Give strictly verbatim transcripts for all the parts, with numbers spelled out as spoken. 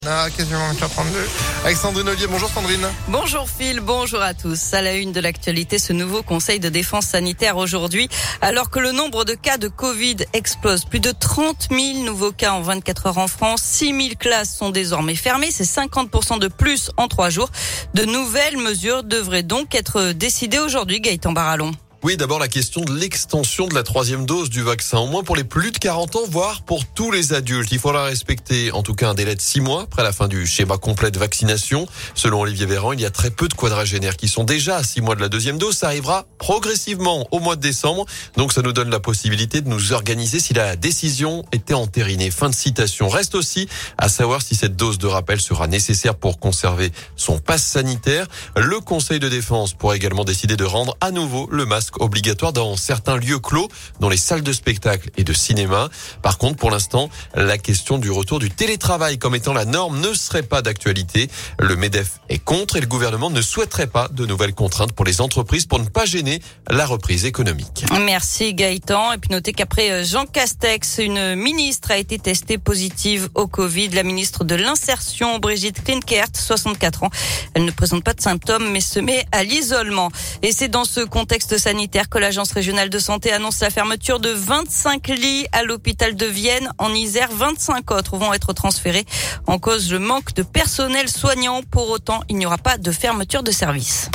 Ah, quasiment huit heures trente-deux. Avec Sandrine Ollier. Bonjour Sandrine. Bonjour Phil, bonjour à tous. À la une de l'actualité, ce nouveau conseil de défense sanitaire aujourd'hui, alors que le nombre de cas de Covid explose. Plus de trente mille nouveaux cas en vingt-quatre heures en France. six mille classes sont désormais fermées. C'est cinquante pour cent de plus en trois jours. De nouvelles mesures devraient donc être décidées aujourd'hui, Gaëtan Barallon. Oui, d'abord la question de l'extension de la troisième dose du vaccin, au moins pour les plus de quarante ans, voire pour tous les adultes. Il faudra respecter en tout cas un délai de six mois après la fin du schéma complet de vaccination. Selon Olivier Véran, il y a très peu de quadragénaires qui sont déjà à six mois de la deuxième dose. Ça arrivera progressivement au mois de décembre. Donc ça nous donne la possibilité de nous organiser si la décision était entérinée. Fin de citation. Reste aussi à savoir si cette dose de rappel sera nécessaire pour conserver son passe sanitaire. Le Conseil de défense pourra également décider de rendre à nouveau le masque obligatoire dans certains lieux clos, dans les salles de spectacle et de cinéma. Par contre, pour l'instant, la question du retour du télétravail comme étant la norme ne serait pas d'actualité. Le MEDEF est contre et le gouvernement ne souhaiterait pas de nouvelles contraintes pour les entreprises pour ne pas gêner la reprise économique. Merci Gaëtan. Et puis notez qu'après Jean Castex, une ministre a été testée positive au Covid. La ministre de l'Insertion, Brigitte Klinkert, soixante-quatre ans. Elle ne présente pas de symptômes mais se met à l'isolement. Et c'est dans ce contexte sanitaire que l'Agence régionale de santé annonce la fermeture de vingt-cinq lits à l'hôpital de Vienne. En Isère, vingt-cinq autres vont être transférés en cause le manque de personnel soignant. Pour autant, il n'y aura pas de fermeture de service.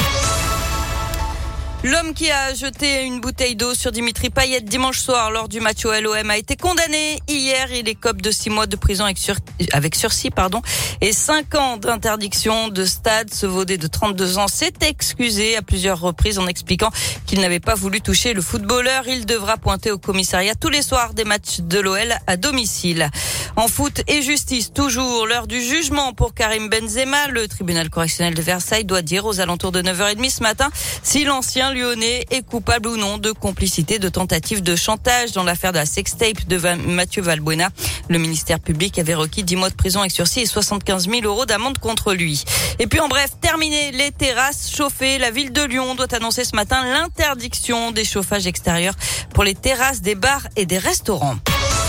L'homme qui a jeté une bouteille d'eau sur Dimitri Payet dimanche soir lors du match O L O M a été condamné hier. Il écope de six mois de prison avec, sur... avec sursis pardon, et cinq ans d'interdiction de stade. Ce Vaudé de trente-deux ans s'est excusé à plusieurs reprises en expliquant qu'il n'avait pas voulu toucher le footballeur. Il devra pointer au commissariat tous les soirs des matchs de l'O L à domicile. En foot et justice, toujours l'heure du jugement pour Karim Benzema. Le tribunal correctionnel de Versailles doit dire aux alentours de neuf heures trente ce matin si l'ancien Lyonnais est coupable ou non de complicité de tentative de chantage dans l'affaire de la sextape de Mathieu Valbuena. Le ministère public avait requis dix mois de prison avec sursis et soixante-quinze mille euros d'amende contre lui. Et puis en bref, terminer les terrasses chauffées. La ville de Lyon doit annoncer ce matin l'interdiction des chauffages extérieurs pour les terrasses des bars et des restaurants.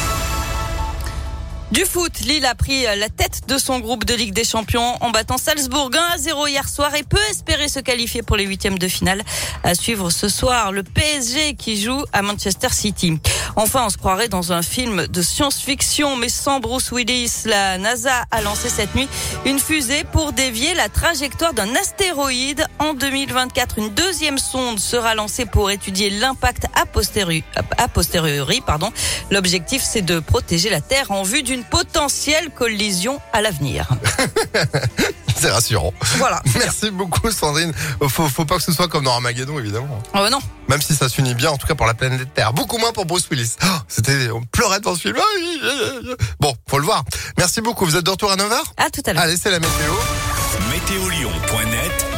Du foot, Lille a pris la tête de son groupe de Ligue des Champions en battant Salzbourg un à zéro hier soir et peut espérer se qualifier pour les huitièmes de finale. À suivre ce soir, le P S G qui joue à Manchester City. Enfin, on se croirait dans un film de science-fiction, mais sans Bruce Willis. La NASA a lancé cette nuit une fusée pour dévier la trajectoire d'un astéroïde. En deux mille vingt-quatre, une deuxième sonde sera lancée pour étudier l'impact a posteriori. A posteriori pardon. L'objectif, c'est de protéger la Terre en vue d'une potentielle collision à l'avenir. C'est rassurant. Voilà. Merci beaucoup Sandrine. Faut, faut pas que ce soit comme dans Armageddon évidemment. Oh non. Même si ça s'unit bien, en tout cas pour la planète Terre. Beaucoup moins pour Bruce Willis. Oh, c'était, on pleurait devant ce film. Bon, faut le voir. Merci beaucoup. Vous êtes de retour à neuf heures? À tout à l'heure. Allez, c'est la météo. météo lyon point net